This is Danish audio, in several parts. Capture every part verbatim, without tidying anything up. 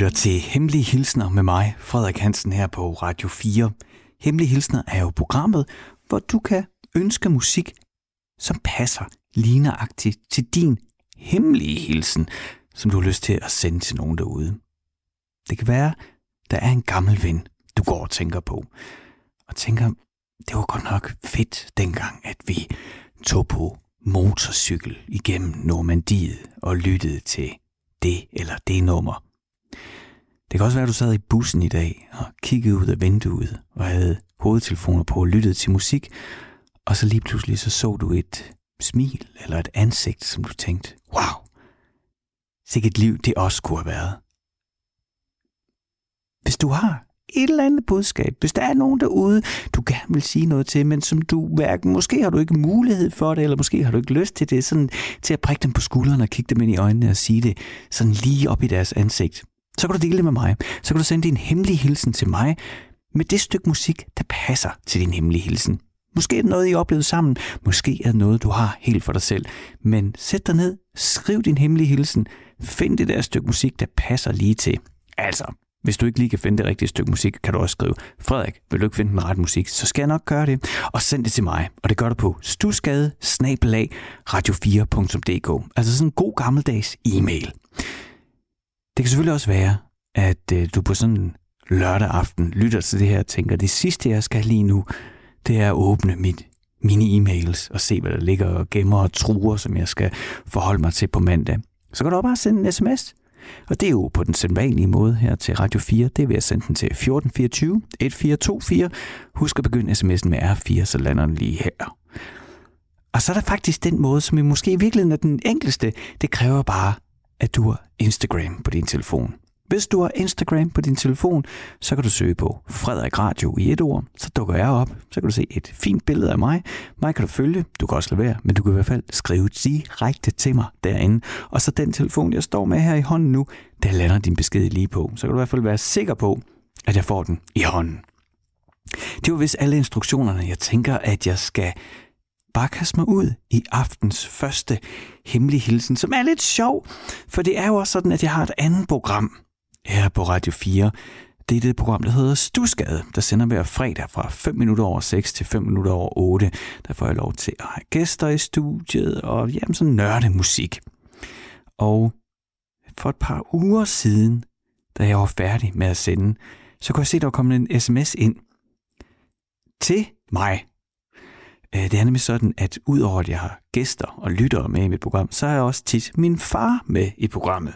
lytter til Hemmelige Hilsner med mig, Frederik Hansen, her på Radio fire. Hemmelige Hilsner er jo programmet, hvor du kan ønske musik, som passer ligneragtigt til din hemmelige hilsen, som du har lyst til at sende til nogen derude. Det kan være, der er en gammel ven, du går og tænker på, og tænker, det var godt nok fedt dengang, at vi tog på motorcykel igennem Normandiet og lyttede til det eller det nummer. Det kan også være, at du sad i bussen i dag og kiggede ud af vinduet og havde hovedtelefoner på og lyttede til musik, og så lige pludselig så, så du et smil eller et ansigt, som du tænkte, wow, sikkert liv det også kunne have været. Hvis du har et eller andet budskab, hvis der er nogen derude, du gerne vil sige noget til, men som du hverken, måske har du ikke mulighed for det, eller måske har du ikke lyst til det, sådan til at prikke dem på skulderen og kigge dem ind i øjnene og sige det sådan lige op i deres ansigt, så kan du dele det med mig. Så kan du sende din hemmelige hilsen til mig med det stykke musik, der passer til din hemmelige hilsen. Måske er det noget, I har oplevet sammen. Måske er det noget, du har helt for dig selv. Men sæt dig ned, skriv din hemmelige hilsen. Find det der stykke musik, der passer lige til. Altså, hvis du ikke lige kan finde det rigtige stykke musik, kan du også skrive, Frederik, vil du ikke finde den rette musik, så skal jeg nok gøre det. Og send det til mig. Og det gør du på stusgade snabel-a radio fire punktum d k. Altså sådan en god gammeldags e-mail. Det kan selvfølgelig også være, at øh, du på sådan en lørdag aften lytter til det her og tænker, det sidste, jeg skal lige nu, det er at åbne mit, mine e-mails og se, hvad der ligger og gemmer og truer, som jeg skal forholde mig til på mandag. Så kan du bare sende en sms. Og det er jo på den sædvanlige måde her til Radio fire. Det er ved at sende den til fjorten fireogtyve et fire to fire. Husk at begynde sms'en med R fire, så lander den lige her. Og så er der faktisk den måde, som måske i virkeligheden er den enkleste. Det kræver bare, at du har Instagram på din telefon. Hvis du har Instagram på din telefon, så kan du søge på Frederik Radio i et ord. Så dukker jeg op. Så kan du se et fint billede af mig. Mig kan du følge. Du kan også lade være, men du kan i hvert fald skrive direkte til mig derinde. Og så den telefon, jeg står med her i hånden nu, der lander din besked lige på. Så kan du i hvert fald være sikker på, at jeg får den i hånden. Det var vist alle instruktionerne. Jeg tænker, at jeg skal bare kaste mig ud i aftens første hemmelige hilsen, som er lidt sjov. For det er jo også sådan, at jeg har et andet program her på Radio fire. Det er det program, der hedder Stusgade, der sender hver fredag fra fem minutter over seks til fem minutter over otte. Der får jeg lov til at have gæster i studiet og jamen, sådan nørde musik. Og for et par uger siden, da jeg var færdig med at sende, så kunne jeg se, at der var kommet en sms ind til mig. Det er nemlig sådan, at udover at jeg har gæster og lyttere med i mit program, så har jeg også tit min far med i programmet.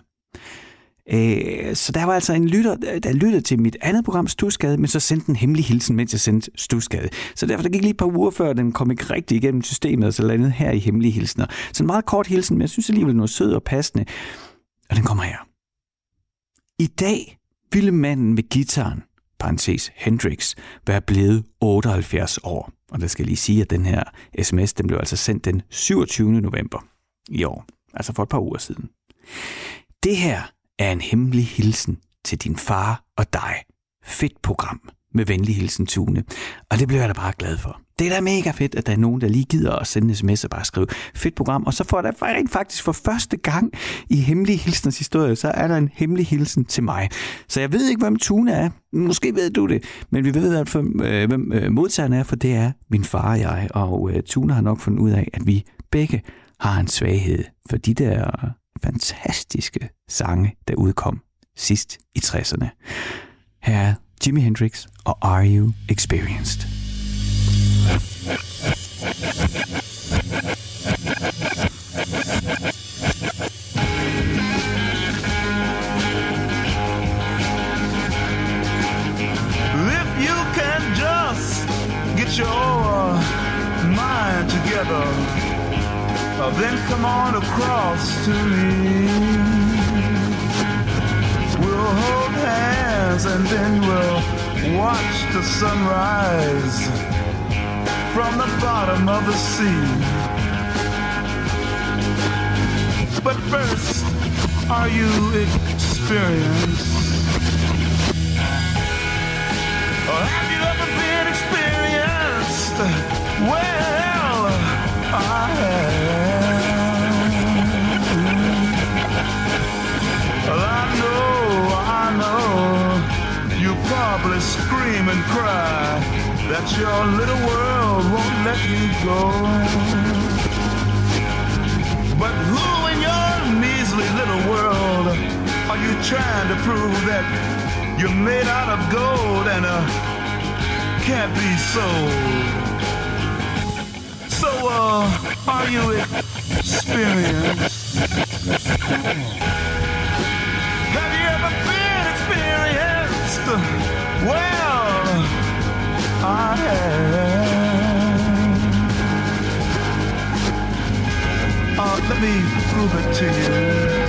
Så der var altså en lytter, der lyttede til mit andet program, Stusgade, men så sendte en hemmelig hilsen, mens jeg sendte Stusgade. Så derfor der gik lige et par uger før, den kom ikke rigtig igennem systemet, og så landede her i hemmelige hilsner. Så en meget kort hilsen, men jeg synes alligevel noget sød og passende. Og den kommer her. I dag ville manden med gitaren, parentes Hendrix, være blevet otteoghalvfjerds år. Og der skal lige sige, at den her sms, den blev altså sendt den syvogtyvende november i år. Altså for et par uger siden. Det her er en hemmelig hilsen til din far og dig. Fedt program med venlig hilsen, Tune. Og det bliver jeg da bare glad for. Det er da mega fedt, at der er nogen, der lige gider at sende en sms og bare skrive fedt program. Og så får der rent faktisk for første gang i hemmelige hilsens historie, så er der en hemmelig hilsen til mig. Så jeg ved ikke, hvem Tune er. Måske ved du det. Men vi ved, hvem modtageren er, for det er min far og jeg. Og Tune har nok fundet ud af, at vi begge har en svaghed for de der fantastiske sange, der udkom sidst i tresserne. Her er Jimi Hendrix og Are You Experienced? If you can just get your mind together, then come on across to me. We'll hold hands and then we'll watch the sunrise from the bottom of the sea. But first, are you experienced? Or have you ever been experienced? Well, I have. Well, I know, I know. cry that your little world won't let you go. But who in your measly little world are you trying to prove that you're made out of gold and uh, can't be sold? So, uh, are you experienced? Have you ever been experienced? Well, I have. Uh, let me prove it to you.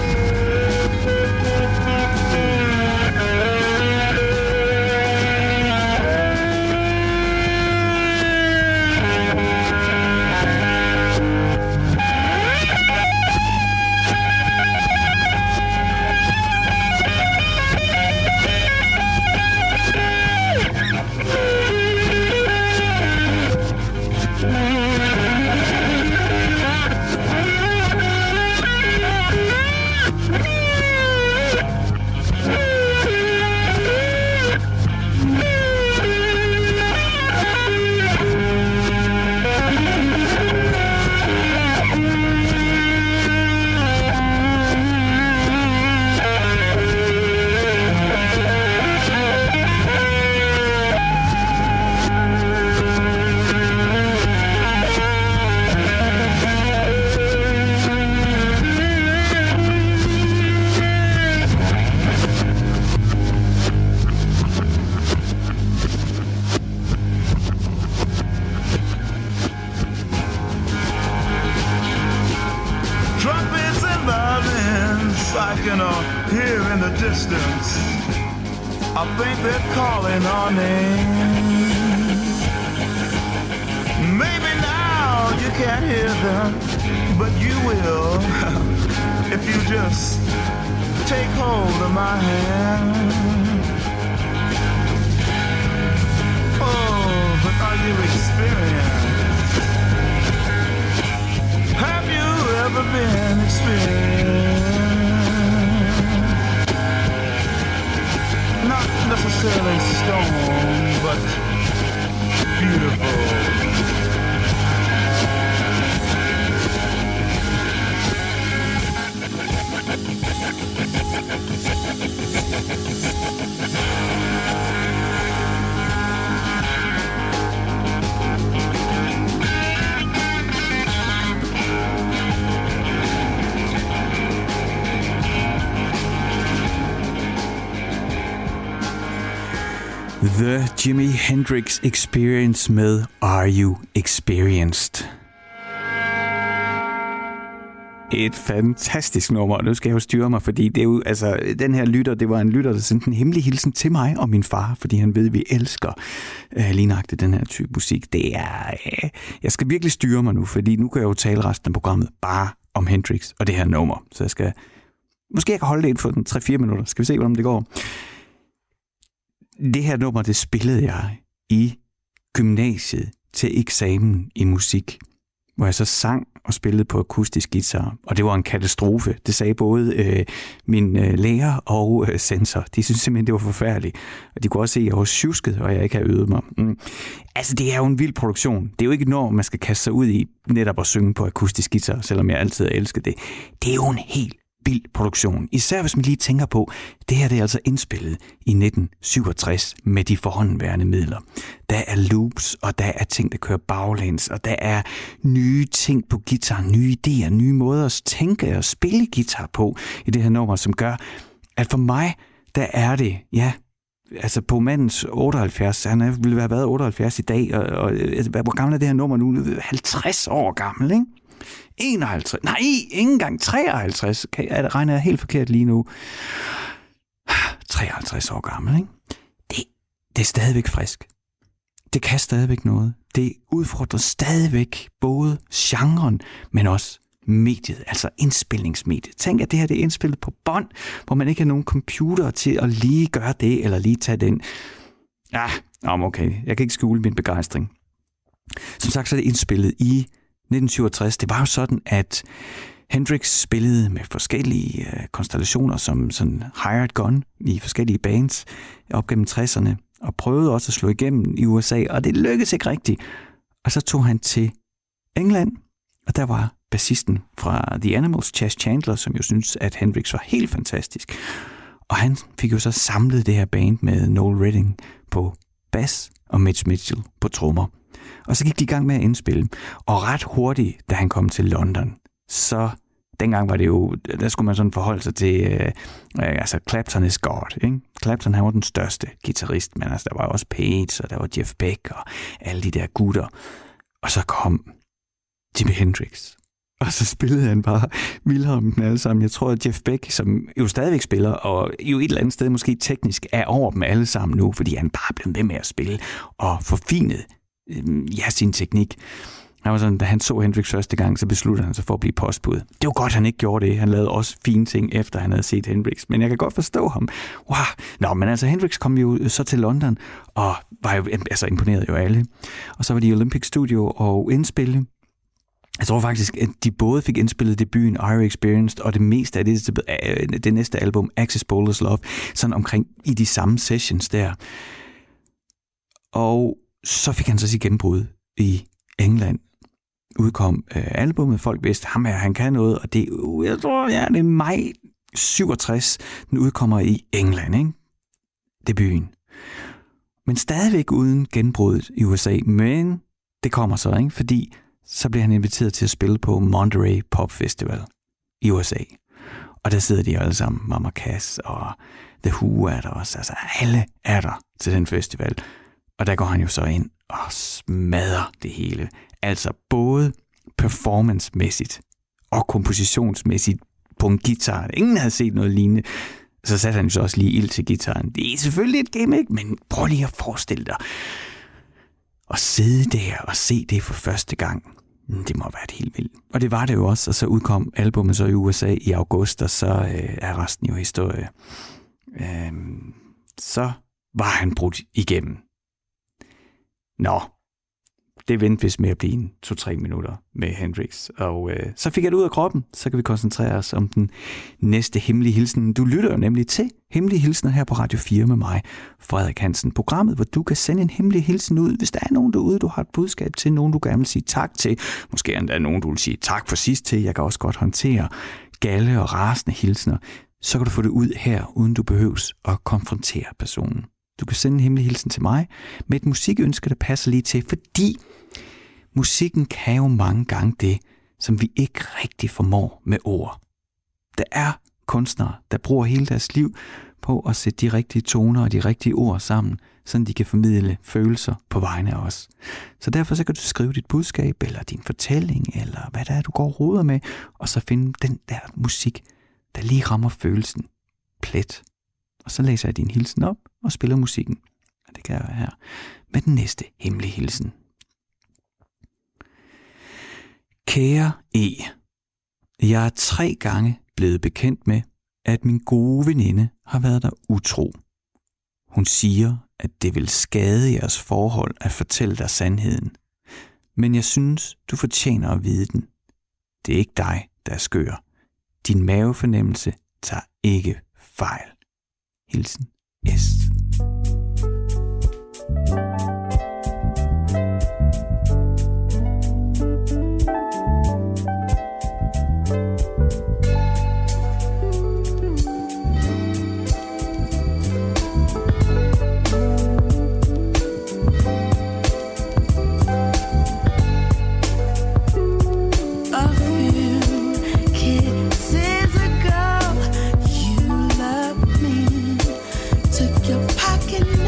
I think they're calling our name. Maybe now you can't hear them, but you will if you just take hold of my hand. Oh, but are you experienced? Have you ever been experienced? Not necessarily stone, but beautiful. The Jimi Hendrix Experience med Are You Experienced? Et fantastisk nummer. Nu skal jeg jo styre mig, fordi det er jo, altså, den her lytter, det var en lytter, der sendte en hemmelig hilsen til mig og min far, fordi han ved, at vi elsker øh, lige nøjagtigt den her type musik. Det er, øh, jeg skal virkelig styre mig nu, fordi nu kan jeg jo tale resten af programmet bare om Hendrix og det her nummer. Så jeg skal, måske jeg kan holde det ind for den tre fire minutter. Skal vi se, hvordan det går. Det her nummer, det spillede jeg i gymnasiet til eksamen i musik, hvor jeg så sang og spillede på akustisk guitar, og det var en katastrofe. Det sagde både øh, min øh, lærer og øh, censor. De syntes simpelthen, det var forfærdeligt. Og de kunne også se, at jeg var sjusket, og jeg ikke havde øvet mig. Mm. Altså, det er jo en vild produktion. Det er jo ikke noget, man skal kaste sig ud i netop at synge på akustisk guitar, selvom jeg altid har elsket det. Det er jo en helt vild produktion. Især hvis man lige tænker på, det her det er altså indspillet i nitten syvogtres med de forhåndenværende midler. Der er loops, og der er ting, der kører baglæns, og der er nye ting på guitar, nye idéer, nye måder at tænke og spille guitar på i det her nummer, som gør, at for mig, der er det, ja, altså på mandens otteoghalvfjerds, han ville have været otteoghalvfjerds i dag, og, og hvor gammel er det her nummer nu? halvtreds år gammel, ikke? enoghalvtreds, nej, ikke engang treoghalvtreds, okay, jeg regner jeg helt forkert lige nu. treoghalvtreds år gammel, ikke? Det, det er stadigvæk frisk. Det kan stadigvæk noget. Det udfordrer stadigvæk både genren, men også mediet, altså indspilningsmediet. Tænk, at det her det er indspillet på bånd, hvor man ikke har nogen computer til at lige gøre det, eller lige tage den. Ja, okay, jeg kan ikke skjule min begejstring. Som sagt, så er det indspillet i nitten syvogtres. Det var jo sådan, at Hendrix spillede med forskellige øh, konstellationer som sådan hired gun i forskellige bands op gennem tresserne. og prøvede også at slå igennem i U S A, og det lykkedes ikke rigtigt. Og så tog han til England, og der var bassisten fra The Animals, Chas Chandler, som jo synes, at Hendrix var helt fantastisk. Og han fik jo så samlet det her band med Noel Redding på bass og Mitch Mitchell på trommer. Og så gik de i gang med at indspille. Og ret hurtigt, da han kom til London, så dengang var det jo, der skulle man sådan forholde sig til, øh, altså Clapton is God, ikke? Clapton, han var den største guitarist, men altså der var også Page, og der var Jeff Beck, og alle de der gutter. Og så kom Jimi Hendrix. Og så spillede han bare vildere om den alle sammen. Jeg tror, at Jeff Beck, som jo stadigvæk spiller, og jo et eller andet sted måske teknisk er over dem alle sammen nu, fordi han bare blev ved med at spille og forfinet øh, ja, sin teknik. Han var sådan, da han så Hendrix første gang, så besluttede han sig for at blive postbud. Det var godt, han ikke gjorde det. Han lavede også fine ting, efter han havde set Hendrix. Men jeg kan godt forstå ham. Wow. Nå, men altså, Hendrix kom jo så til London, og var jo altså imponeret jo alle. Og så var de i Olympic Studio og indspille. Jeg tror faktisk, at de både fik indspillet debuten Are You Experienced, og det meste af det, det næste album, Axis Boulders Love, sådan omkring i de samme sessions der. Og så fik han så sit gennembrud i England. Udkom øh, albumet, folk vidste, ham her, han kan noget, og det, jeg tror, ja, det er maj syvogtres, den udkommer i England, ikke? Debuten. Men stadigvæk uden gennembruddet i U S A, men det kommer så, ikke? Fordi så bliver han inviteret til at spille på Monterey Pop Festival i U S A. Og der sidder de alle sammen, Mama Cass og The Who er der også, altså alle er der til den festival. Og der går han jo så ind og smadrer det hele. Altså både performancemæssigt og kompositionsmæssigt på en guitar. Ingen havde set noget lignende. Så satte han jo så også lige ild til guitaren. Det er selvfølgelig et gimmick, men prøv lige at forestille dig at sidde der og se det for første gang. Det må have været helt vildt. Og det var det jo også, og så udkom albumet så i U S A i august, og så øh, er resten jo historie. Øh, så var han brudt igennem. Nå, det vendte vist med at blive en to-tre minutter med Hendrix. Og øh, så fik jeg det ud af kroppen, så kan vi koncentrere os om den næste hemmelige hilsen. Du lytter jo nemlig til Hemmelige Hilsener her på Radio fire med mig, Frederik Hansen. Programmet, hvor du kan sende en hemmelig hilsen ud, hvis der er nogen derude, du har et budskab til, nogen du gerne vil sige tak til. Måske er der nogen, du vil sige tak for sidst til. Jeg kan også godt håndtere galde og rasende hilsener. Så kan du få det ud her, uden du behøves at konfrontere personen. Du kan sende en hemmelig hilsen til mig med et musikønske, der passer lige til, fordi musikken kan jo mange gange det, som vi ikke rigtig formår med ord. Der er kunstnere, der bruger hele deres liv på at sætte de rigtige toner og de rigtige ord sammen, så de kan formidle følelser på vegne af os. Så derfor så kan du skrive dit budskab, eller din fortælling, eller hvad der er, du går og roder med, og så finde den der musik, der lige rammer følelsen plet. Og så læser jeg din hilsen op og spiller musikken. Og det kan jeg her med den næste hemmelige hilsen. Kære E, jeg er tre gange blevet bekendt med, at min gode veninde har været der utro. Hun siger, at det vil skade jeres forhold at fortælle dig sandheden. Men jeg synes, du fortjener at vide den. Det er ikke dig, der er skør. Din mavefornemmelse tager ikke fejl. Hilsen S. Your pocket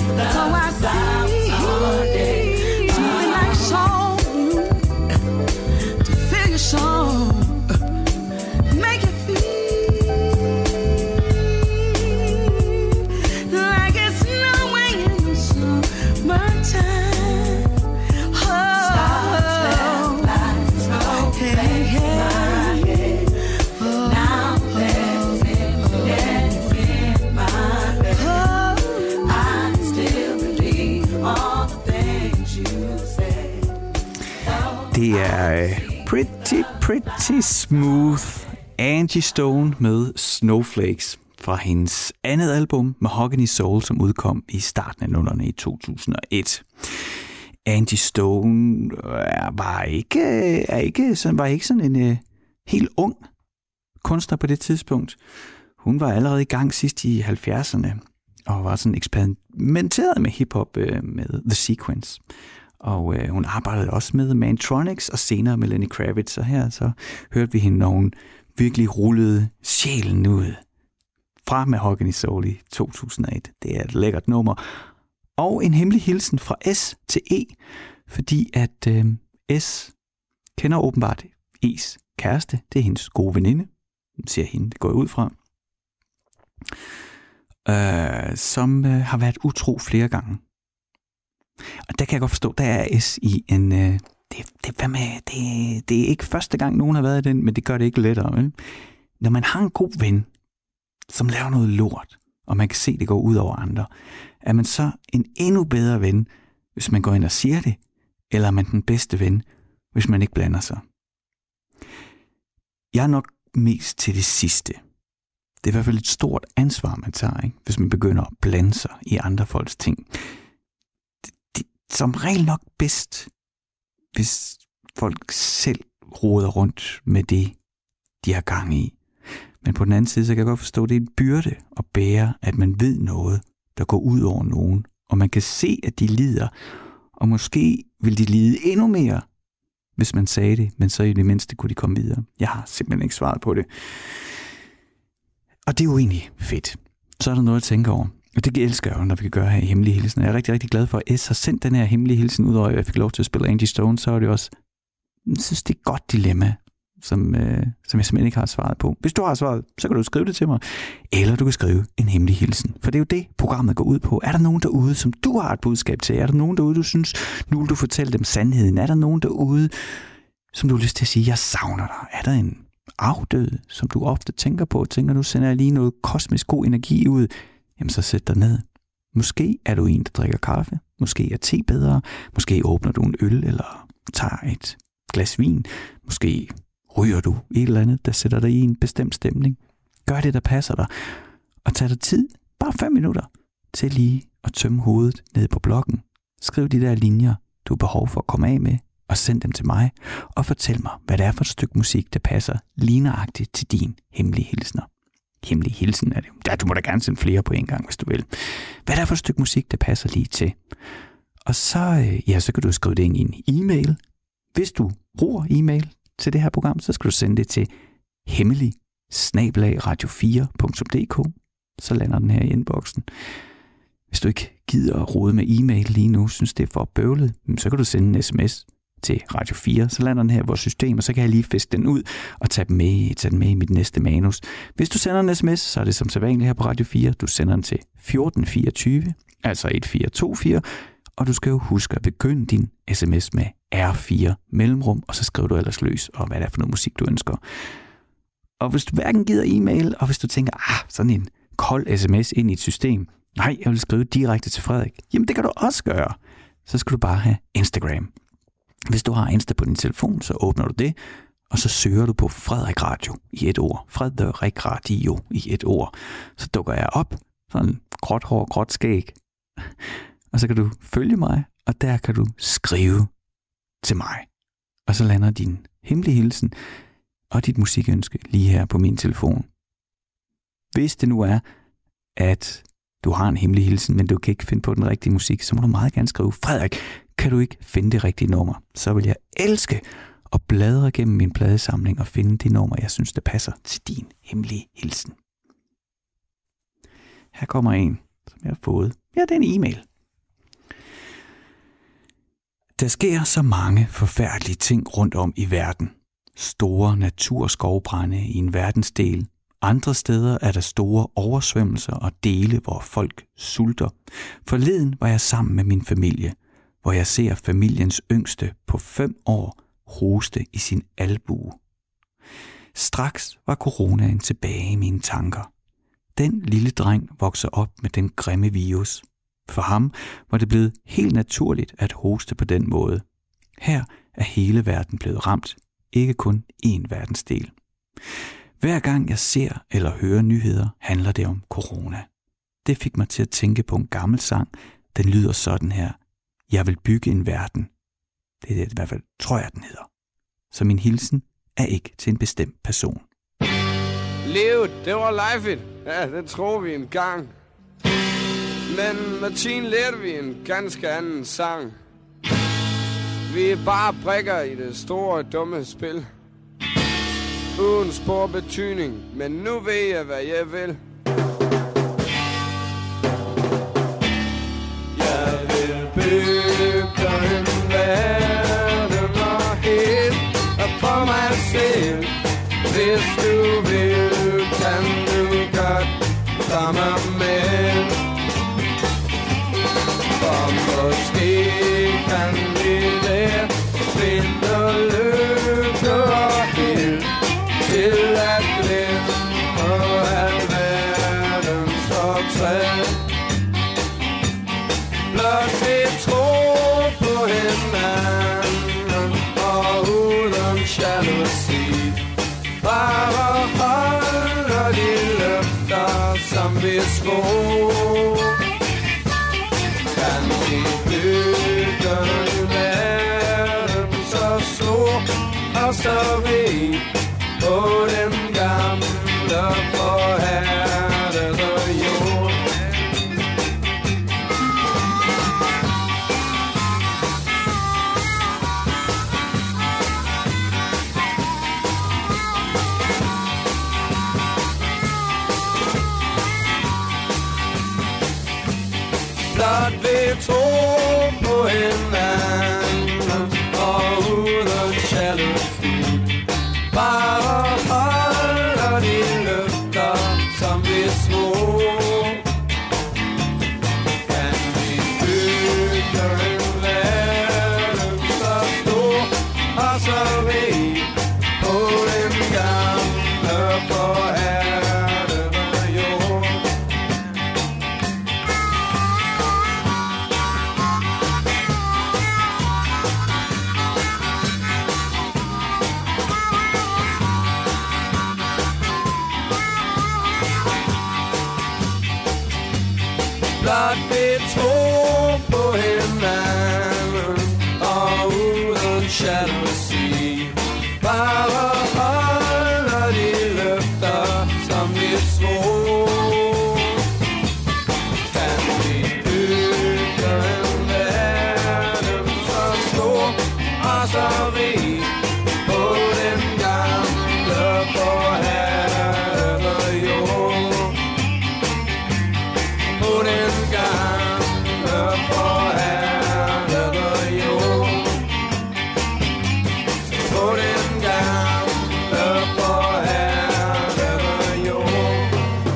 Det er pretty, pretty smooth. Angie Stone med Snowflakes fra hendes andet album, Mahogany Soul, som udkom i starten af nullerne i to tusind og et. Angie Stone var ikke, er ikke, sådan, var ikke sådan en uh, helt ung kunstner på det tidspunkt. Hun var allerede i gang sidst i halvfjerdserne og var sådan eksperimenteret med hiphop uh, med The Sequence. Og øh, hun arbejdede også med Mantronix og senere med Lenny Kravitz. Og her så hørte vi hende, når hun virkelig rullede sjælen ud fra Mahogany Soul i to tusind og et. Det er et lækkert nummer. Og en hemmelig hilsen fra S til E, fordi at øh, S kender åbenbart E's kæreste. Det er hendes gode veninde, siger hende, det går ud fra. Øh, som øh, har været utro flere gange. Og der kan jeg godt forstå, der er S i en... Øh, det, det, hvad med, det, det er ikke første gang, nogen har været i den, men det gør det ikke lettere. Vel? Når man har en god ven, som laver noget lort, og man kan se, det går ud over andre, er man så en endnu bedre ven, hvis man går ind og siger det, eller er man den bedste ven, hvis man ikke blander sig? Jeg er nok mest til det sidste. Det er i hvert fald et stort ansvar, man tager, ikke? Hvis man begynder at blande sig i andre folks ting. Som regel nok bedst, hvis folk selv roder rundt med det, de har gang i. Men på den anden side, så kan jeg godt forstå, at det er en byrde at bære, at man ved noget, der går ud over nogen, og man kan se, at de lider, og måske vil de lide endnu mere, hvis man sagde det, men så i det mindste kunne de komme videre. Jeg har simpelthen ikke svaret på det. Og det er jo egentlig fedt. Så er der noget at tænke over. Og det elsker jeg jo, når vi kan gøre her i Hemmelige Hilsen. Jeg er rigtig, rigtig glad for, at S har sendt den her Hemmelige Hilsen, udover at jeg fik lov til at spille Angie Stone, så er det også, jeg synes, det er et godt dilemma, som, øh, som jeg simpelthen ikke har svaret på. Hvis du har svaret, så kan du skrive det til mig, eller du kan skrive en hemmelig hilsen. For det er jo det, programmet går ud på. Er der nogen derude, som du har et budskab til? Er der nogen derude, du synes, nu vil du fortælle dem sandheden? Er der nogen derude, som du har lyst til at sige, jeg savner dig? Er der en afdød, som du ofte tænker på? Tænker, nu sender jeg lige noget kosmisk god energi ud. Jamen så sæt dig ned. Måske er du en, der drikker kaffe. Måske er te bedre. Måske åbner du en øl, eller tager et glas vin. Måske ryger du et eller andet, der sætter dig i en bestemt stemning. Gør det, der passer dig. Og tag dig tid, bare fem minutter, til lige at tømme hovedet ned på blokken. Skriv de der linjer, du har behov for at komme af med, og send dem til mig. Og fortæl mig, hvad det er for et stykke musik, der passer lige nøjagtigt til din hemmelige hilsner. Hemmelig hilsen er det. Ja, du må da gerne sende flere på en gang, hvis du vil. Hvad er der for et stykke musik, der passer lige til? Og så, ja, så kan du skrive det ind i en e-mail. Hvis du bruger e-mail til det her program, så skal du sende det til hemmelig snabel-a radio fire punktum d k. Så lander den her i inboxen. Hvis du ikke gider at rode med e-mail lige nu, synes det er for bøvlet, så kan du sende en sms til Radio fire, så lander den her i vores system, og så kan jeg lige fiske den ud og tage den med, tage den med i mit næste manus. Hvis du sender en sms, så er det som sædvanligt her på Radio fire. Du sender den til fjorten fireogtyve, altså et fire to fire, og du skal jo huske at begynde din sms med R fire mellemrum, og så skriver du ellers løs, og hvad det er for noget musik, du ønsker. Og hvis du hverken gider e-mail, og hvis du tænker, ah, sådan en kold sms ind i et system, nej, jeg vil skrive direkte til Frederik, jamen det kan du også gøre. Så skal du bare have Instagram. Hvis du har Insta på din telefon, så åbner du det, og så søger du på Frederik Radio i et ord. Frederik Radio i et ord. Så dukker jeg op, sådan gråt hår, gråt skæg. Og så kan du følge mig, og der kan du skrive til mig. Og så lander din hemmelige hilsen og dit musikønske lige her på min telefon. Hvis det nu er, at du har en hemmelig hilsen, men du kan ikke finde på den rigtige musik, så må du meget gerne skrive, Frederik, kan du ikke finde det rigtige nummer? Så vil jeg elske at bladre gennem min pladesamling og finde det nummer, jeg synes, det passer til din hemmelige hilsen. Her kommer en, som jeg har fået. Ja, det er en e-mail. Der sker så mange forfærdelige ting rundt om i verden. Store naturskovbrande i en verdensdel. Andre steder er der store oversvømmelser og dele, hvor folk sulter. Forleden var jeg sammen med min familie, hvor jeg ser familiens yngste på fem år hoste i sin albue. Straks var coronaen tilbage i mine tanker. Den lille dreng vokser op med den grimme virus. For ham var det blevet helt naturligt at hoste på den måde. Her er hele verden blevet ramt, ikke kun én verdensdel. Hver gang jeg ser eller hører nyheder, handler det om corona. Det fik mig til at tænke på en gammel sang. Den lyder sådan her. Jeg vil bygge en verden. Det er det, i hvert fald, tror jeg, den hedder. Så min hilsen er ikke til en bestemt person. Livet, det var life it. Ja, det tror vi en gang. Men med tiden lærte vi en ganske anden sang. Vi er bare brikker i det store, dumme spil. Uden spor betydning, men nu ved jeg, hvad jeg vil. Jeg vil bygge en verden og helt for mig selv. Hvis du vil, kan du godt komme med. For måske kan vi der finde lykke og held til at glemme al verdens optræd. Blot vi tror på hinanden og uden jalousi. Bare holder de løfter, som vi skår. Kan vi bygge en verden så stor og så rig på den gamle forhærdede jord. Blot vi tror på hinanden og uden jalousi. Bare holder de løfter, som vi svor. Kan vi bygge en verden så stor og så rig på den gamle forhærdede jord. Blot vi tror på hinanden og uden jalousi. Bare holder de løfter, som vi svor. Kan vi bygge en verden så stor og så rig på den gamle forhærdede jord. På den gamle forhærdede jord. På den gamle forhærdede jord.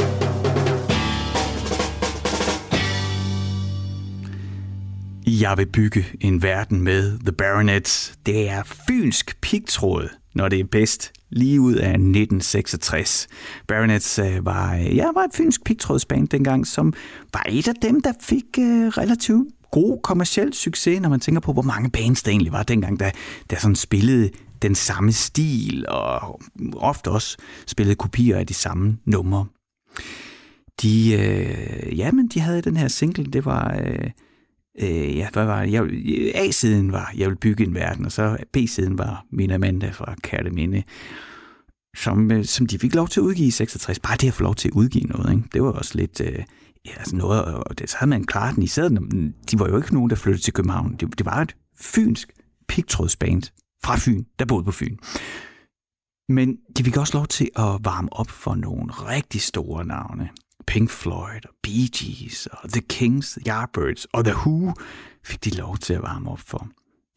Jeg vil bygge en verden med The Baronets. Det er fynsk pigtråd, når det er bedst. Lige ud af nitten seksogtres. Baronets øh, var, ja, var et fynsk pigtrådsband dengang, som var et af dem, der fik øh, relativt god kommerciel succes, når man tænker på, hvor mange bands der egentlig var dengang, der, der sådan spillede den samme stil, og ofte også spillede kopier af de samme numre. De, øh, ja, men de havde den her single, det var... Øh, Øh, ja, hvad var det? Jeg, A-siden var, jeg vil bygge en verden, og så B-siden var Min Amanda fra Kærteminde, som, som de fik lov til at udgive i seksogtres. Bare det at få lov til at udgive noget, ikke? Det var også lidt, øh, ja, altså noget, og det, så havde man klart den i sæden. De var jo ikke nogen, der flyttede til København. Det, det var et fynsk pigtrådsband fra Fyn, der boede på Fyn. Men de fik også lov til at varme op for nogle rigtig store navne. Pink Floyd, og Bee Gees, og The Kings, The Yardbirds og The Who fik de lov til at varme op for.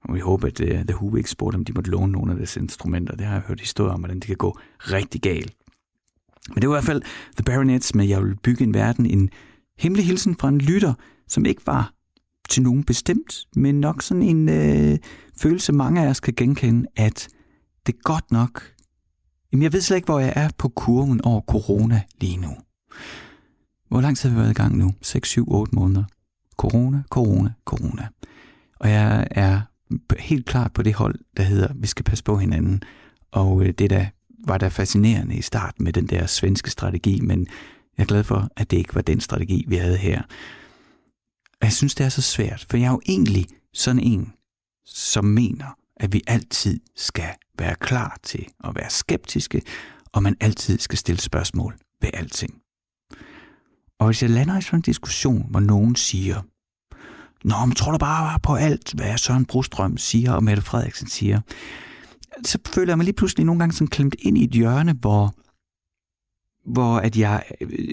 Og vi håber, at uh, The Who ikke spurgte, om de måtte låne nogle af deres instrumenter. Det har jeg hørt historier om, hvordan det kan gå rigtig galt. Men det var i hvert fald The Baronets med Jeg vil bygge en verden. En hemmelig hilsen fra en lytter, som ikke var til nogen bestemt, men nok sådan en øh, følelse, mange af os kan genkende, at det er godt nok. Jamen, jeg ved slet ikke, hvor jeg er på kurven over corona lige nu. Hvor lang tid har vi været i gang nu? seks, syv, otte måneder. Corona, corona, corona. Og jeg er helt klart på det hold, der hedder, vi skal passe på hinanden. Og det der var da fascinerende i starten med den der svenske strategi, men jeg er glad for, at det ikke var den strategi, vi havde her. Og jeg synes, det er så svært, for jeg er jo egentlig sådan en, som mener, at vi altid skal være klar til at være skeptiske, og man altid skal stille spørgsmål ved alting. Og hvis jeg lander i sådan en diskussion, hvor nogen siger, nå, men tror du bare på alt, hvad Søren Brostrøm siger, og Mette Frederiksen siger, så føler jeg mig lige pludselig nogle gange sådan klemt ind i et hjørne, hvor, hvor at jeg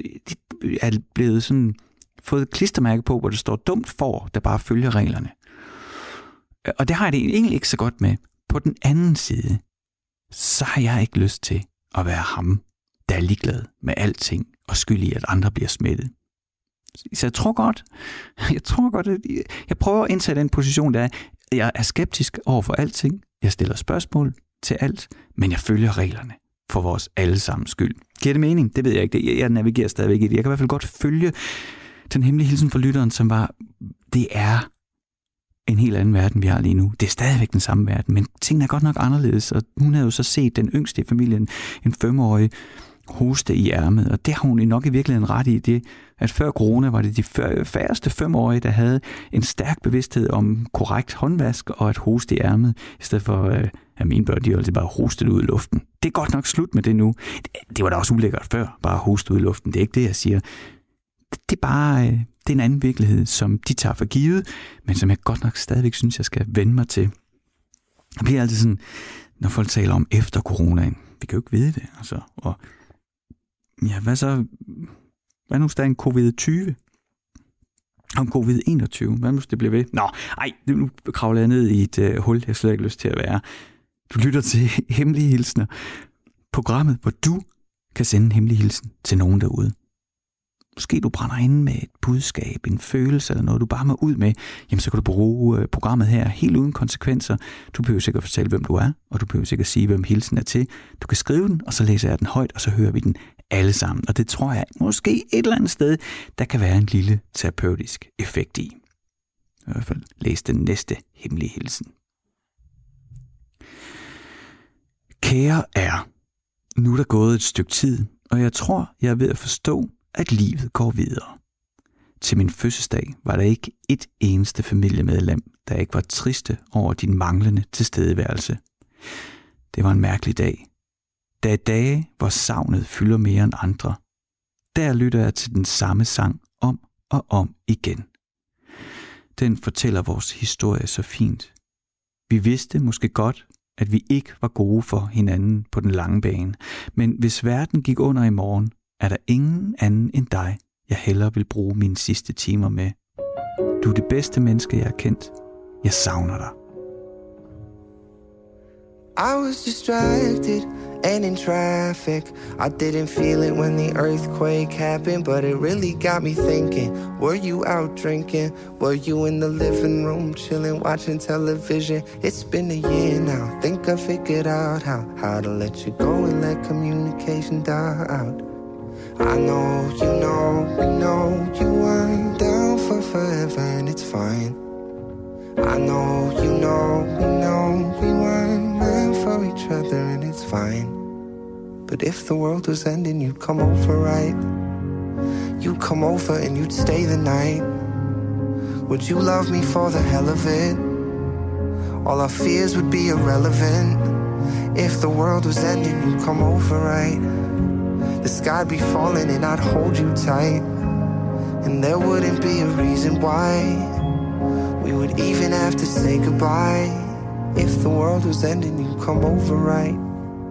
er blevet sådan, fået et klistermærke på, hvor det står dumt for, der bare følger reglerne. Og det har jeg det egentlig ikke så godt med. På den anden side, så har jeg ikke lyst til at være ham, der er ligeglad med alting og skyld i, at andre bliver smittet. Så jeg tror godt, jeg tror godt, at jeg prøver at indtage den position, der er, jeg er skeptisk over for alting. Jeg stiller spørgsmål til alt, men jeg følger reglerne for vores allesammens skyld. Giver det mening? Det ved jeg ikke. Jeg navigerer stadigvæk i det. Jeg kan i hvert fald godt følge den hemmelige hilsen fra lytteren, som var, det er en helt anden verden, vi har lige nu. Det er stadigvæk den samme verden, men tingene er godt nok anderledes, og hun havde jo så set den yngste i familien, en femårig, hoste i ærmet, og det har hun nok i virkeligheden ret i det, at før corona var det de færreste femårige, der havde en stærk bevidsthed om korrekt håndvask og et hoste i ærmet, i stedet for, at mine børn, de altid bare hostet ud i luften. Det er godt nok slut med det nu. Det var da også ulækkert før, bare hoste ud i luften. Det er ikke det, jeg siger. Det er bare, det er en anden virkelighed, som de tager for givet, men som jeg godt nok stadigvæk synes, jeg skal vende mig til. Det bliver altid sådan, når folk taler om efter coronaen. Vi kan jo ikke vide det, altså. Og ja, hvad så? Hvad nu, hvis der er en covid tyve? Om covid enogtyve? Hvad nu, det bliver ved? Nå, ej, nu kravler jeg ned i et uh, hul, jeg slet ikke lyst til at være. Du lytter til Hemmelige Hilsner. Programmet, hvor du kan sende en hemmelig hilsen til nogen derude. Måske du brænder inde med et budskab, en følelse eller noget, du bare må ud med. Jamen, så kan du bruge programmet her helt uden konsekvenser. Du behøver sikkert fortælle, hvem du er, og du behøver sikkert sige, hvem hilsen er til. Du kan skrive den, og så læser jeg den højt, og så hører vi den alle sammen. Og det tror jeg måske et eller andet sted, der kan være en lille terapeutisk effekt i. I hvert fald læs den næste hemmelige hilsen. Kære er, nu er der gået et stykke tid, og jeg tror, jeg er ved at forstå, at livet går videre. Til min fødselsdag var der ikke et eneste familiemedlem, der ikke var triste over din manglende tilstedeværelse. Det var en mærkelig dag. Der er dage, hvor savnet fylder mere end andre. Der lytter jeg til den samme sang om og om igen. Den fortæller vores historie så fint. Vi vidste måske godt, at vi ikke var gode for hinanden på den lange bane, men hvis verden gik under i morgen, er der ingen anden end dig, jeg hellere vil bruge mine sidste timer med. Du er det bedste menneske, jeg har kendt. Jeg savner dig. I was distracted and in traffic. I didn't feel it when the earthquake happened, but it really got me thinking. Were you out drinking? Were you in the living room chilling, watching television? It's been a year now. Think I figured out how, how to let you go and let communication die out. I know, you know, we know you weren't down for forever and it's fine. I know, you know, we know we weren't meant for each other and it's fine. But if the world was ending, you'd come over, right? You'd come over and you'd stay the night. Would you love me for the hell of it? All our fears would be irrelevant. If the world was ending, you'd come over, right? The sky'd be falling and I'd hold you tight. And there wouldn't be a reason why we would even have to say goodbye. If the world was ending, you'd come over, right?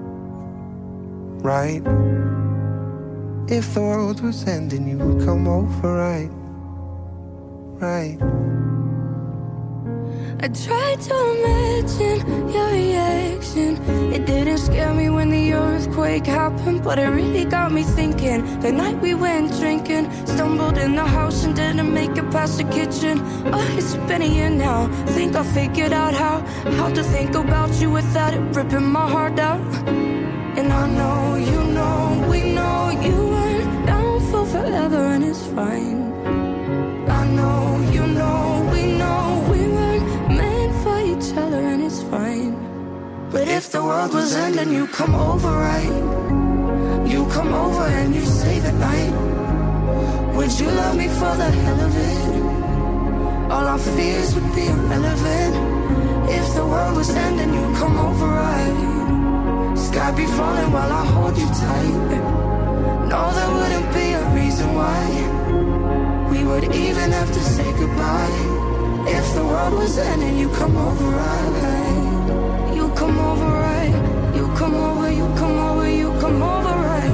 Right? If the world was ending, you would come over, right? Right? I tried to imagine your reaction. It didn't scare me when the earthquake happened, but it really got me thinking. The night we went drinking, stumbled in the house and didn't make it past the kitchen. Oh, it's been a year now. Think I figured out how how to think about you without it ripping my heart out. And I know, you know, we know you weren't down for forever, and it's fine. I know, you know, we know we weren't meant for each other, and it's fine. But if the world was ending, you come over, right? You come over and you stay the night. Would you love me for the hell of it? All our fears would be irrelevant. If the world was ending, you come over, right? Sky be falling while I hold you tight. No, there wouldn't be a reason why we would even have to say goodbye. If the world was ending, you come over, right? You come over, right? You come over, you come over, you come over, right?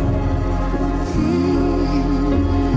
Mm-hmm.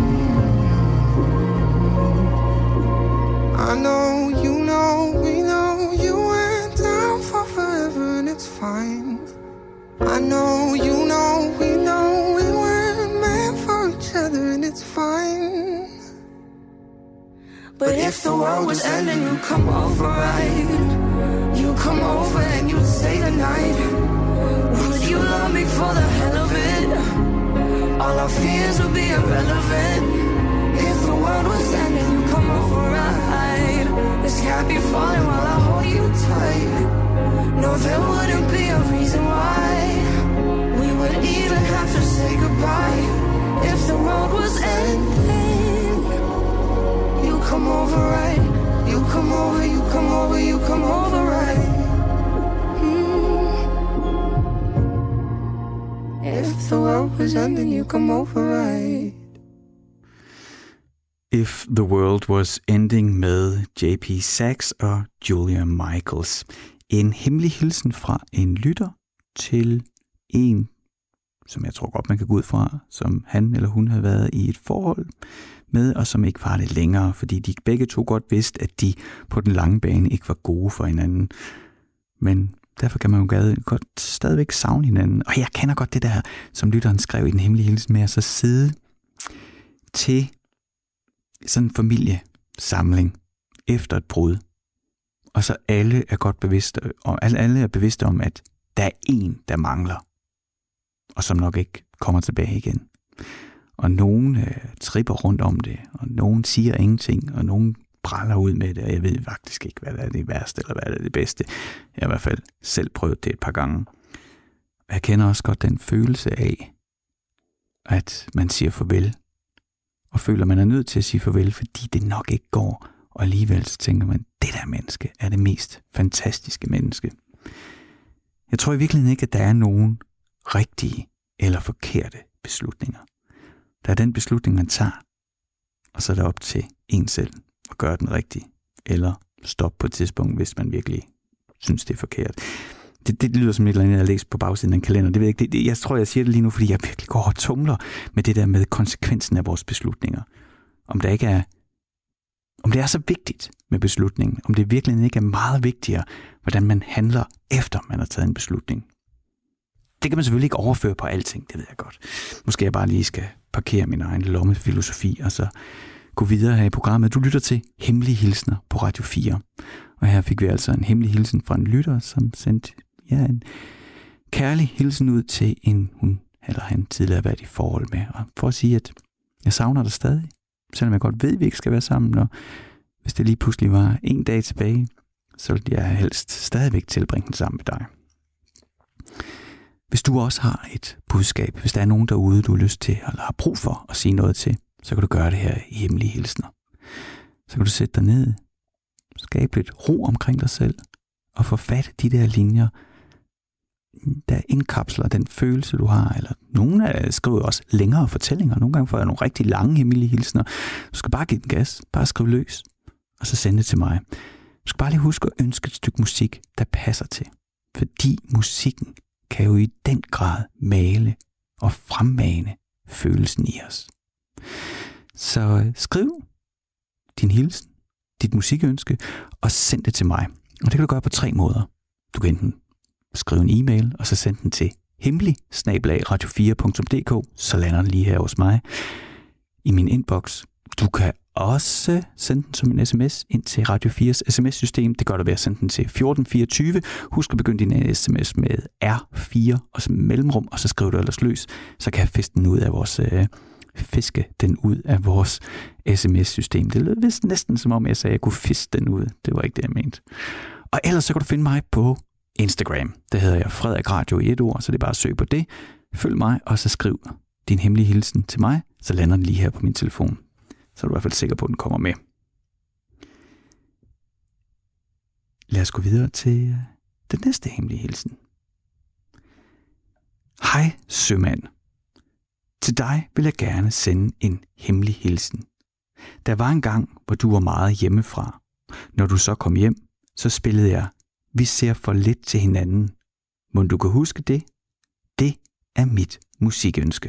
I know, you know, we know you went down for forever, and it's fine. I know, you know, we know we weren't meant for each other, and it's fine. But if the world was ending, you come over, right? You come over and you'd stay the night. Would you love me for the hell of it? All our fears would be irrelevant. If the world was ending, you come over, right? The sky be falling while I hold you tight. No, there wouldn't be a reason why we would even have to say goodbye. If the world was ending, you come over, right? You come over, you come over, you come over, right? Mm. If the world was ending, you come over, right? If the World Was Ending med J P Saxe og Julia Michaels. En hemmelig hilsen fra en lytter til en, som jeg tror godt man kan gå ud fra, som han eller hun havde været i et forhold med, og som ikke var det længere, fordi de begge to godt vidste, at de på den lange bane ikke var gode for hinanden. Men derfor kan man jo godt stadigvæk savne hinanden. Og jeg kender godt det der, som lytteren skrev i den hemmelige hilsen, med at så sidde til sådan en familiesamling efter et brud. Og så alle er godt bevidste, og alle er bevidste om, at der er en, der mangler, og som nok ikke kommer tilbage igen. Og nogen øh, tripper rundt om det, og nogen siger ingenting, og nogen praller ud med det, og jeg ved faktisk ikke, hvad der er det værste, eller hvad der er det bedste. Jeg har i hvert fald selv prøvet det et par gange. Og jeg kender også godt den følelse af, at man siger farvel, og føler, man er nødt til at sige farvel, fordi det nok ikke går. Og alligevel så tænker man, det der menneske er det mest fantastiske menneske. Jeg tror i virkeligheden ikke, at der er nogen rigtige eller forkerte beslutninger. Der er den beslutning, man tager, og så er det op til en selv at gøre den rigtige, eller stoppe på et tidspunkt, hvis man virkelig synes, det er forkert. Det, det lyder som et eller andet, jeg har læst på bagsiden af en kalender. Det ved jeg, ikke. Det, det, jeg tror, jeg siger det lige nu, fordi jeg virkelig går og tumler med det der med konsekvensen af vores beslutninger. Om der ikke er Om det er så vigtigt med beslutningen, om det virkelig ikke er meget vigtigere, hvordan man handler efter man har taget en beslutning. Det kan man selvfølgelig ikke overføre på alting, det ved jeg godt. Måske jeg bare lige skal parkere min egen lommefilosofi, og så gå videre her i programmet. Du lytter til Hemmelige Hilsner på Radio fire. Og her fik vi altså en hemmelig hilsen fra en lytter, som sendte ja, en kærlig hilsen ud til en, hun eller han tidligere har været i forhold med. Og for at sige, at jeg savner dig stadig. Selvom jeg godt ved, at vi ikke skal være sammen, og hvis det lige pludselig var en dag tilbage, så ville jeg helst stadigvæk tilbringe den sammen med dig. Hvis du også har et budskab, hvis der er nogen derude, du har lyst til, eller har brug for at sige noget til, så kan du gøre det her i Hemmelige Hilsner. Så kan du sætte dig ned, skabe lidt ro omkring dig selv, og få fat i de der linjer, der indkapsler den følelse, du har. Eller nogle af skriver også længere fortællinger. Nogle gange får jeg nogle rigtig lange hemmelige hilsner. Du skal bare give den gas. Bare skrive løs. Og så sende det til mig. Du skal bare lige huske at ønske et stykke musik, der passer til. Fordi musikken kan jo i den grad male og fremmane følelsen i os. Så skriv din hilsen dit musikønske og send det til mig. Og det kan du gøre på tre måder. Du kan enten skrive en e-mail, og så sende den til hemmelig snabel-a radio fire punktum d k, så lander den lige her hos mig i min inbox. Du kan også sende den som en sms ind til Radio fires sms-system. Det gør du ved at sende den til fjorten fireogtyve. Husk at begynde din sms med R fire og så mellemrum, og så skriver du ellers løs. Så kan jeg fiske den ud af vores, øh, fiske den ud af vores sms-system. Det lød vist næsten som om, jeg sagde, at jeg kunne fiske den ud. Det var ikke det, jeg mente. Og ellers så kan du finde mig på Instagram. Det hedder jeg Frederik Radio i et ord, så det er bare at søge på det. Følg mig, og så skriv din hemmelige hilsen til mig, så lander den lige her på min telefon. Så er du i hvert fald sikker på, at den kommer med. Lad os gå videre til den næste hemmelige hilsen. Hej sømand. Til dig vil jeg gerne sende en hemmelig hilsen. Der var en gang, hvor du var meget hjemmefra. Når du så kom hjem, så spillede jeg Vi ser for lidt til hinanden. Må du kan huske det? Det er mit musikønske.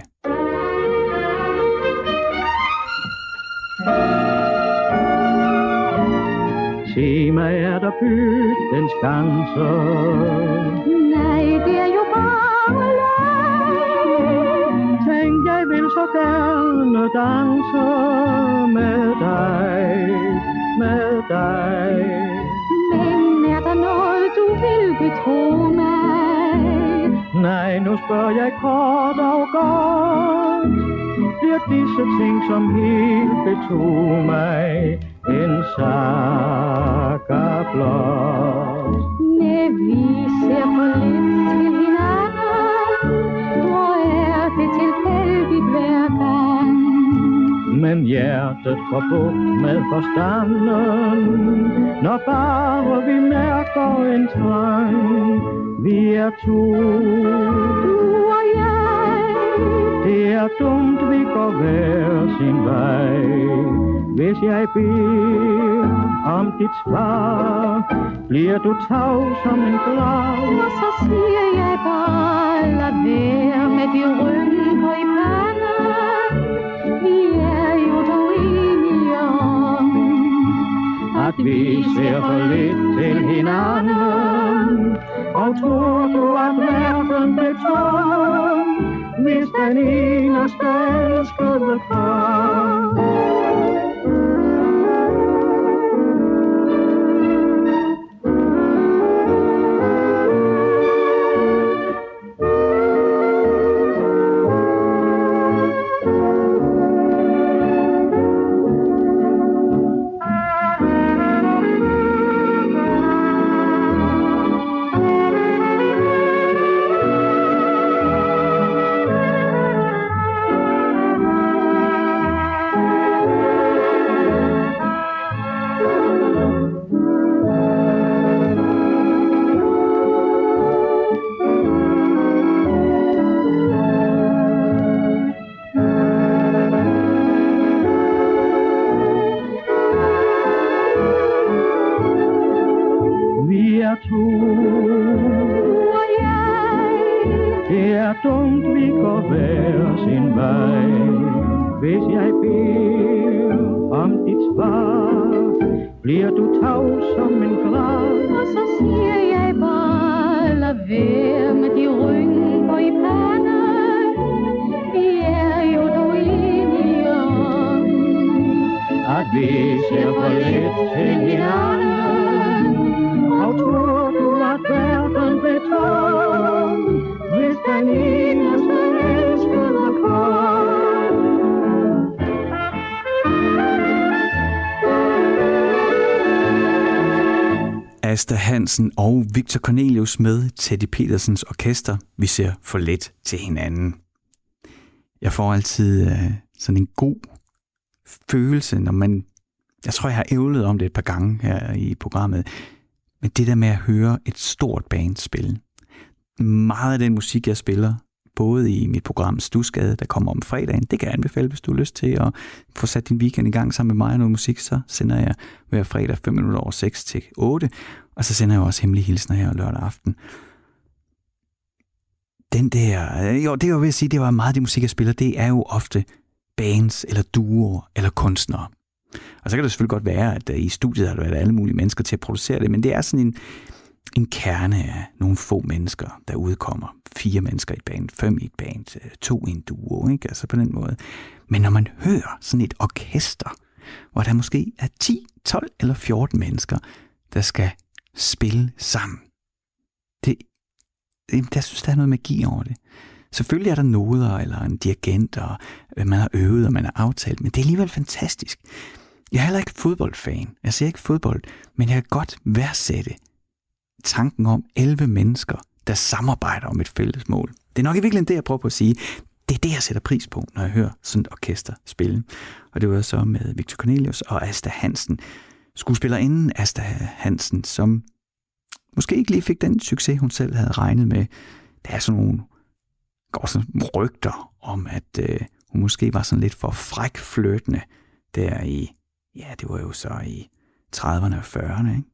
Se mig, er der bygdens danser? Nej, det er jo bare løgn. Tænk, jeg vil så gerne danse med dig, med dig. Men er der noget, du vil betro mig? Nej, nu spørger jeg kort og godt. Bliver disse ting, som helt betog mig, en saga blot? Nej, vi ser for lidt til hinanden. Hvor er det tilfældigt hver gang? Men hjertet får bugt med forstanden, når bare vi mærker en trang. Vi er to, Du og jeg. det er dumt, vi går hver sin vej. Hvis jeg beder om dit svar, bliver du tavs som en grav. Og så siger jeg bare, lad være med de rynker i panden. Vi er jo dog enige om, At vi ser for lidt til hinanden. Og tror du, at verden blev tom, hvis den eneste elskede kom? Asta Hansen og Victor Cornelius med Teddy Petersens orkester. Vi ser for let til hinanden. Jeg får altid øh, sådan en god følelse, når man... Jeg tror, jeg har ævlet om det et par gange her i programmet. Men det der med at høre et stort band spille. Meget af den musik, jeg spiller, både i mit program Stusgade, der kommer om fredagen, det kan jeg anbefale, hvis du har lyst til at få sat din weekend i gang sammen med mig og noget musik, så sender jeg hver fredag fem minutter over seks til otte, og så sender jeg også hemmelige hilsner her lørdag aften. Den der, jo, det er jo ved at sige, det var meget af det musik, jeg spiller, det er jo ofte bands eller duoer eller kunstnere. Og så kan det selvfølgelig godt være, at i studiet har der været alle mulige mennesker til at producere det, men det er sådan en, en kerne af nogle få mennesker, der udkommer. Fire mennesker i et band, fem i et band, to i en duo, ikke? Altså på den måde. Men når man hører sådan et orkester, hvor der måske er ti, tolv eller fjorten mennesker, der skal spille sammen, det, det, der synes, der er noget magi over det. Selvfølgelig er der noder eller en dirigent, og man har øvet, og man har aftalt, men det er alligevel fantastisk. Jeg er heller ikke fodboldfan. Jeg ser ikke fodbold, men jeg kan godt værdsætte tanken om elleve mennesker, der samarbejder om et fælles mål. Det er nok i virkeligheden det, jeg prøver på at sige. Det er det, jeg sætter pris på, når jeg hører sådan et orkester spille. Og det var så med Victor Cornelius og Asta Hansen. Skuespillerinden Asta Hansen, som måske ikke lige fik den succes, hun selv havde regnet med. Der er sådan nogle går sådan rygter om, at øh, hun måske var sådan lidt for fræk flirtende der i, ja, det var jo så i trediverne og fyrrerne, ikke?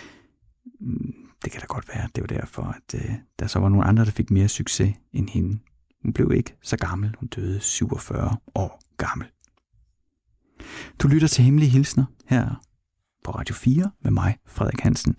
Det kan da godt være, det var derfor, at øh, der så var nogle andre, der fik mere succes end hende. Hun blev ikke så gammel, hun døde syvogfyrre år gammel. Du lytter til Hemmelige Hilsner her på Radio fire med mig, Frederik Hansen.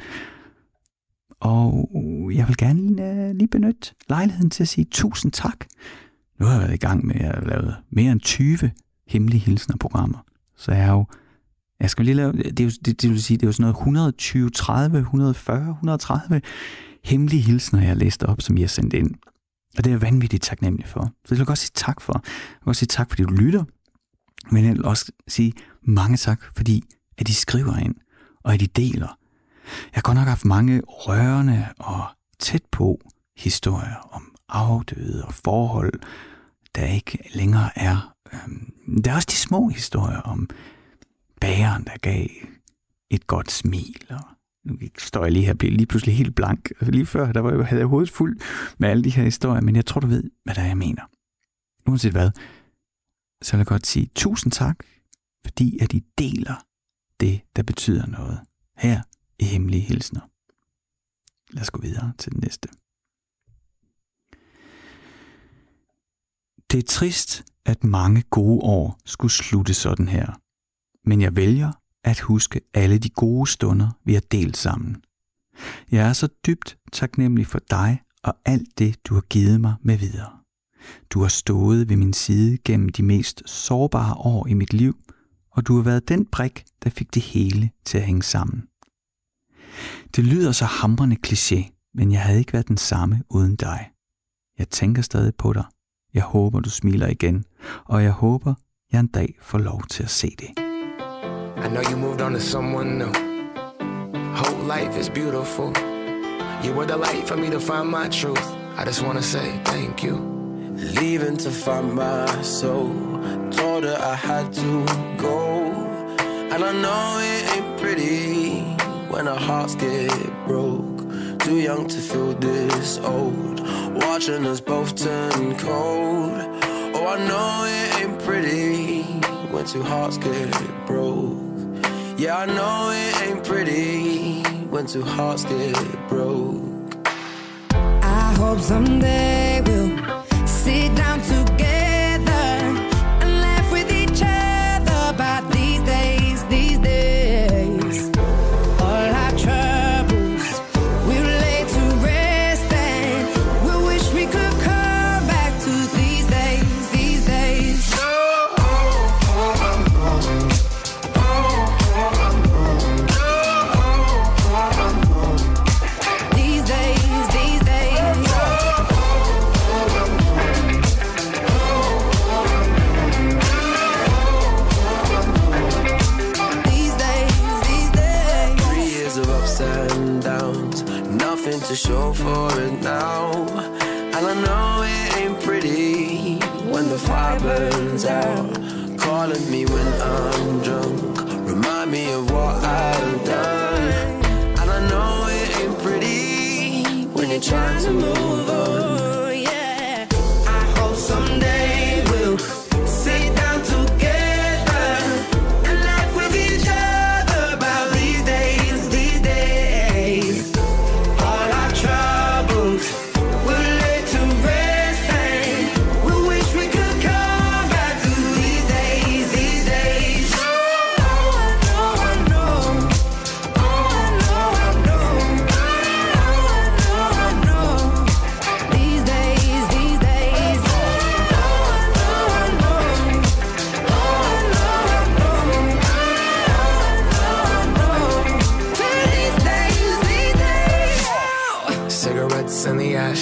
Og jeg vil gerne øh, lige benytte lejligheden til at sige tusind tak. Nu har jeg været i gang med at lave mere end tyve Hemmelige Hilsner-programmer. Så jeg er jo, jeg skal lige lave, det, er jo, det, det vil sige, det er jo sådan noget et hundrede og tyve, tredive, et hundrede og fyrre, et hundrede og tredive Hemmelige Hilsner, jeg har læst op, som I har sendt ind. Og det er jeg vanvittigt taknemmelig for. Så jeg vil godt sige tak for. Jeg vil også sige tak, fordi du lytter. Men jeg vil også sige mange tak, fordi at de skriver ind, og at de deler. Jeg har godt nok haft mange rørende og tæt på historier om afdøde og forhold, der ikke længere er. Der er også de små historier om bageren, der gav et godt smil. Og nu står jeg lige her, bliver lige pludselig helt blank. Lige før der var jeg, havde jeg hovedet fuldt med alle de her historier, men jeg tror, du ved, hvad der er, jeg mener. Uanset hvad, så vil jeg godt sige tusind tak, fordi at I deler det, der betyder noget her i Hemmelige Hilsner. Lad os gå videre til den næste. Det er trist, at mange gode år skulle slutte sådan her. Men jeg vælger at huske alle de gode stunder, vi har delt sammen. Jeg er så dybt taknemmelig for dig og alt det, du har givet mig med videre. Du har stået ved min side gennem de mest sårbare år i mit liv, og du har været den brik, der fik det hele til at hænge sammen. Det lyder så hamrende kliché, men jeg havde ikke været den samme uden dig. Jeg tænker stadig på dig. Jeg håber, du smiler igen, og jeg håber, jeg en dag får lov til at se det. I know you moved on to someone new. Whole life is beautiful. You were the light for me to find my truth. I just wanna say thank you. Leaving to find my soul. Told her I had to go. And I know it ain't pretty when our hearts get broke. Too young to feel this old. Watching us both turn cold. Oh, I know it ain't pretty when two hearts get broke. Yeah, I know it ain't pretty when two hearts get broke. I hope someday we'll sit down together and laugh with each other about these days, these days. All our troubles we'll lay to rest and we wish we could come back to these days, these days. These days, these days. These days, these days. Three years of ups and downs. Nothing to show for it now. And I know it ain't pretty when the fire burns out. Calling me when I'm drunk. Remind me of what I've done. And I know it ain't pretty when you're trying to move on. Oh, yeah. I hope someday we'll sit down together and laugh with each other about these days, these days. All our troubles we'll lay to rest and we wish we could come back to these days, these days.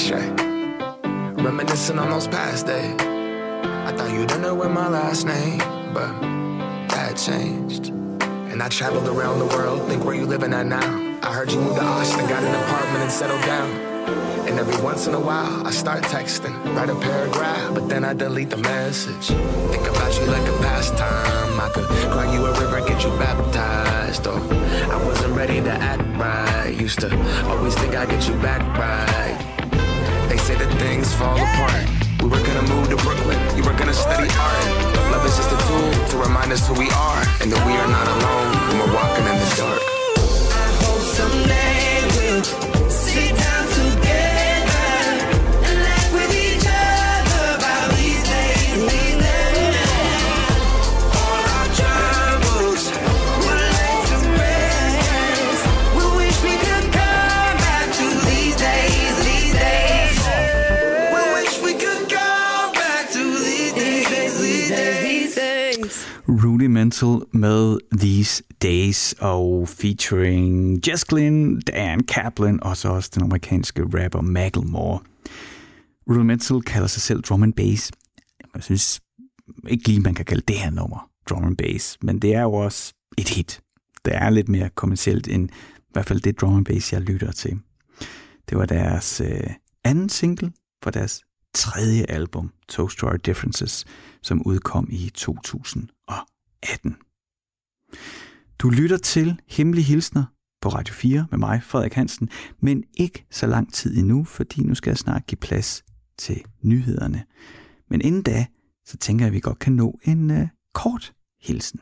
cliche. Reminiscing on those past days. I thought you didn't know with my last name, but that changed. And I traveled around the world, think where you living at now. I heard you moved to Austin, got an apartment and settled down. And every once in a while, I start texting, write a paragraph, but then I delete the message. Think about you like a pastime. I could cry you a river, get you baptized. Or I wasn't ready to act right. Used to always think I'd get you back right. They say that things fall apart. We were gonna move to Brooklyn, you were gonna study art. Love is just a tool to remind us who we are, and that we are not alone when we're walking in the dark. I hope someday we'll sit down together and laugh with each other about these days, these days. All our troubles will lay to rest. We wish we could come back to these days, these days. We wish we could come back to these days, these days, these days. Rudimental med These Days og featuring Jess Glynne, Dan Kaplan og så også den amerikanske rapper Macklemore. Rudimental kalder sig selv drum and bass. Jeg synes ikke lige, man kan kalde det her nummer drum and bass, men det er jo også et hit. Det er lidt mere kommercielt end i hvert fald det drum and bass, jeg lytter til. Det var deres øh, anden single fra deres tredje album, Toast to Our Differences, som udkom i to tusind og atten. Du lytter til Hemmelige Hilsner på Radio fire med mig, Frederik Hansen, men ikke så lang tid endnu, fordi nu skal jeg snart give plads til nyhederne. Men inden da, så tænker jeg, at vi godt kan nå en uh, kort hilsen.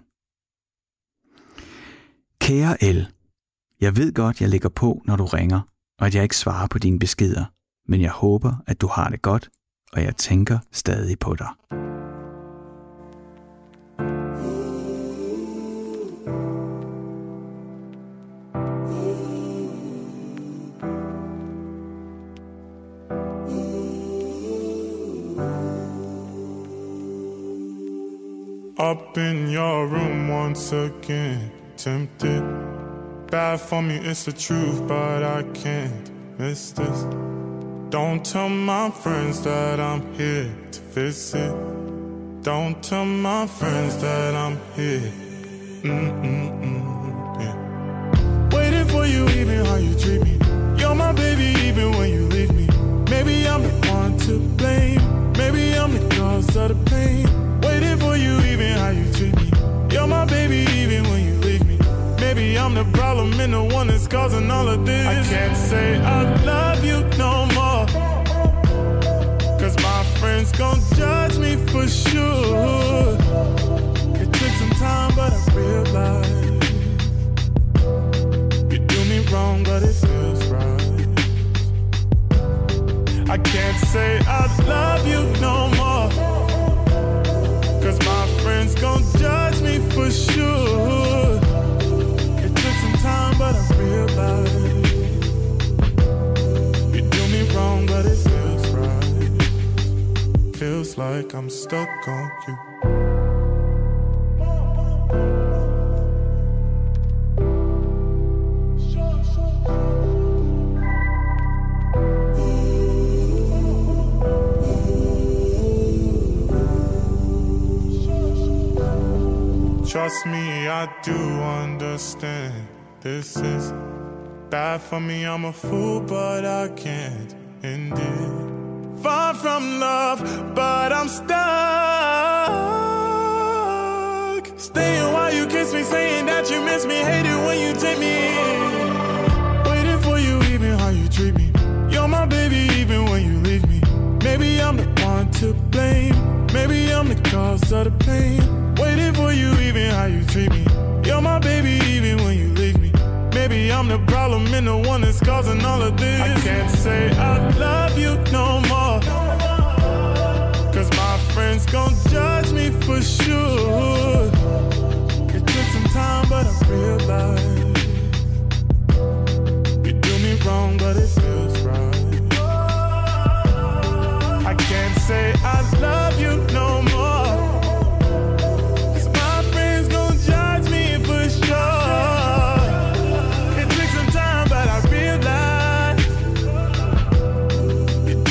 Kære L, jeg ved godt, jeg lægger på, når du ringer, og at jeg ikke svarer på dine beskeder, men jeg håber, at du har det godt, og jeg tænker stadig på dig. Up in your room once again, tempted. Bad for me, it's the truth, but I can't miss this. Don't tell my friends that I'm here to visit. Don't tell my friends that I'm here. Mm-mm-mm, yeah. Waiting for you even how you treat me. You're my baby even when you leave me. Maybe I'm the one to blame. Maybe I'm the cause of the pain. Waiting for you even how you treat me. You're my baby even when you leave me. Maybe I'm the problem and the one that's causing all of this. I can't say I love you no more, cause my friends gon' judge me for sure. It took some time but I realized you do me wrong but it feels right. I can't say I love you no more, cause my friends gon' judge me for sure. It took some time but I realized you do me wrong but it feels right. Feels like I'm stuck on you. Trust me, I do understand. This is bad for me, I'm a fool, but I can't end it. Far from love, but I'm stuck. Staying while you kiss me, saying that you miss me. Hate it when you take me in. Waiting for you even how you treat me. You're my baby even when you leave me. Maybe I'm the one to blame. Maybe I'm the cause of the pain. Waiting for you even how you treat me. You're my baby even when you leave me. Maybe I'm the problem and the one that's causing all of this. I can't say I love you no more, cause my friends gon' judge me for sure. It took some time but I realized you do me wrong but it feels right. I can't say I love you no more, cause my friends gon' judge me for sure. It took some time but I realized you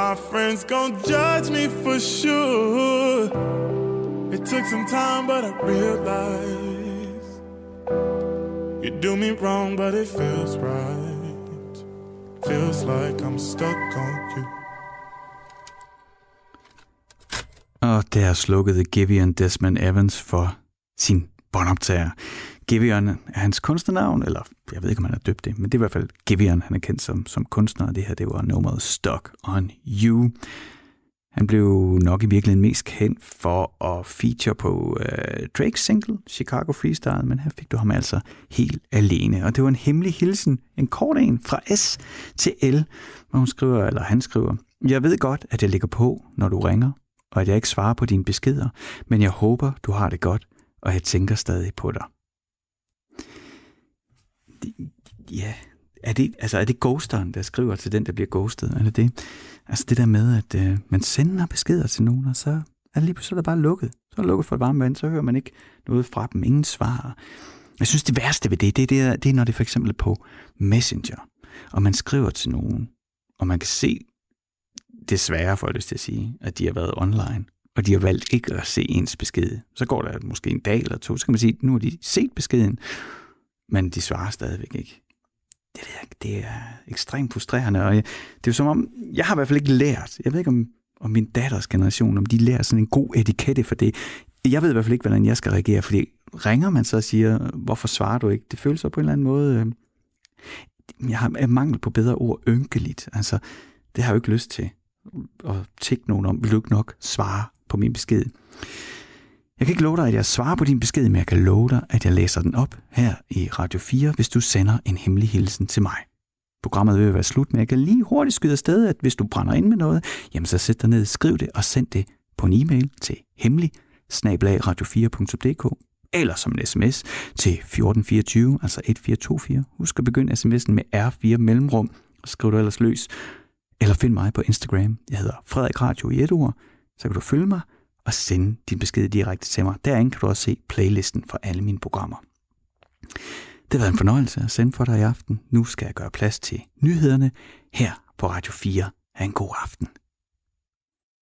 my friends gon' judge me for sure. It took some time, but I realized you do me wrong, but it feels right. Feels like I'm stuck on you. Og der slukkede Giveon Desmond Evans for sin båndoptager. Giveon er hans kunstnernavn, eller jeg ved ikke, om han er døbt det, men det er i hvert fald Giveon, han er kendt som, som kunstner. Det her, det var nummeret Stuck on You. Han blev nok i virkeligheden mest kendt for at feature på uh, Drakes single, Chicago Freestyle, men her fik du ham altså helt alene. Og det var en hemmelig hilsen, en kort en fra S til L, hvor hun skriver, eller han skriver, jeg ved godt, at jeg ligger på, når du ringer, og at jeg ikke svarer på dine beskeder, men jeg håber, du har det godt, og jeg tænker stadig på dig. Ja, er det, altså er det ghosteren, der skriver til den, der bliver ghostet? Er det det? Altså det der med, at øh, man sender beskeder til nogen, og så er det lige pludselig bare lukket. Så er det lukket for et varmt vand, så hører man ikke noget fra dem, ingen svar. Jeg synes, det værste ved det, det, det, er, det er, når det for eksempel er på Messenger, og man skriver til nogen, og man kan se, desværre får jeg lyst til at sige, at de har været online, og de har valgt ikke at se ens besked. Så går der måske en dag eller to, så kan man sige, at nu har de set beskeden, men de svarer stadigvæk ikke. Det er, det er ekstremt frustrerende, og jeg, det er jo som om, jeg har i hvert fald ikke lært, jeg ved ikke om, om min datters generation, om de lærer sådan en god etikette for det. Jeg ved i hvert fald ikke, hvordan jeg skal reagere, fordi ringer man så og siger, hvorfor svarer du ikke? Det føles så på en eller anden måde, jeg har mangel på bedre ord, ynkeligt. Altså, det har jeg jo ikke lyst til at tække nogen om, vil du ikke nok svare på min besked? Jeg kan ikke love dig, at jeg svarer på din besked, men jeg kan love dig, at jeg læser den op her i Radio fire, hvis du sender en hemmelig hilsen til mig. Programmet vil være slut, men jeg kan lige hurtigt skyde afsted, at hvis du brænder ind med noget, jamen så sæt dig ned, skriv det og send det på en e-mail til hemmelig snabel-a radio fire punktum d k eller som en sms til fjorten fireogtyve, altså et fire to fire. Husk at begynde sms'en med R fire mellemrum, og skriv du ellers løs. Eller find mig på Instagram. Jeg hedder Frederik Radio i et ord. Så kan du følge mig og sende din besked direkte til mig. Derinde kan du også se playlisten for alle mine programmer. Det har været en fornøjelse at sende for dig i aften. Nu skal jeg gøre plads til nyhederne her på Radio fire. Ha' en god aften.